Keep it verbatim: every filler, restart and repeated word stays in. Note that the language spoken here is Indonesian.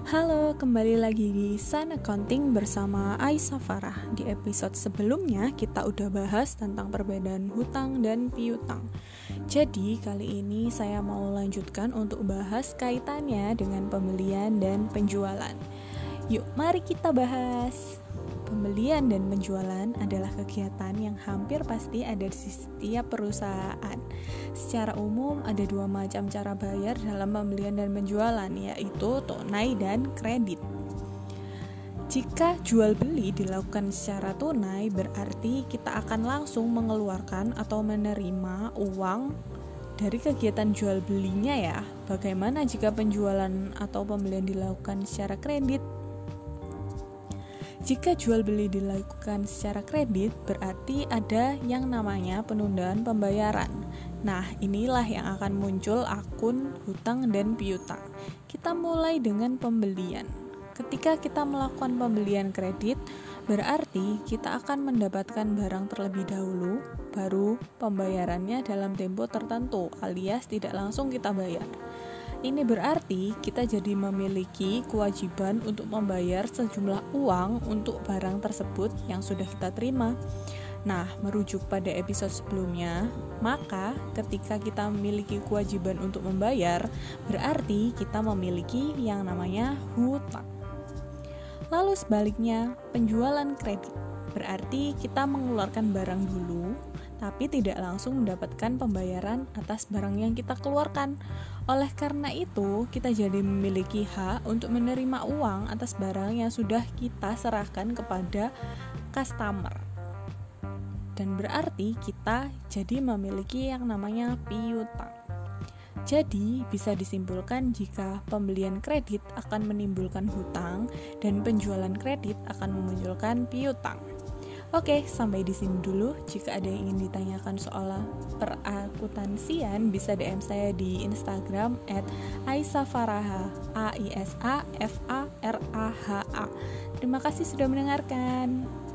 Halo, kembali lagi di Sun Accounting bersama Aisyah Farah. Di episode sebelumnya kita udah bahas tentang perbedaan hutang dan piutang. Jadi kali ini saya mau lanjutkan untuk bahas kaitannya dengan pembelian dan penjualan. Yuk, mari kita bahas. Pembelian dan penjualan adalah kegiatan yang hampir pasti ada di setiap perusahaan. Secara umum ada dua macam cara bayar dalam pembelian dan penjualan, yaitu tunai dan kredit. Jika jual beli dilakukan secara tunai, berarti kita akan langsung mengeluarkan atau menerima uang dari kegiatan jual belinya ya. Bagaimana jika penjualan atau pembelian dilakukan secara kredit? Jika jual beli dilakukan secara kredit, berarti ada yang namanya penundaan pembayaran. Nah, inilah yang akan muncul akun hutang dan piutang. Kita mulai dengan pembelian. Ketika kita melakukan pembelian kredit, berarti kita akan mendapatkan barang terlebih dahulu, baru pembayarannya dalam tempo tertentu, alias tidak langsung kita bayar. Ini berarti kita jadi memiliki kewajiban untuk membayar sejumlah uang untuk barang tersebut yang sudah kita terima. Nah, merujuk pada episode sebelumnya, maka ketika kita memiliki kewajiban untuk membayar, berarti kita memiliki yang namanya hutang. Lalu sebaliknya, penjualan kredit. Berarti kita mengeluarkan barang dulu, tapi tidak langsung mendapatkan pembayaran atas barang yang kita keluarkan. Oleh karena itu, kita jadi memiliki hak untuk menerima uang atas barang yang sudah kita serahkan kepada customer. Dan berarti kita jadi memiliki yang namanya piutang. Jadi, bisa disimpulkan jika pembelian kredit akan menimbulkan hutang dan penjualan kredit akan memunculkan piutang. Oke, sampai di sini dulu. Jika ada yang ingin ditanyakan soal perakuntansian, bisa D M saya di Instagram et aisafaraha, A I S A F A R A H A. Terima kasih sudah mendengarkan.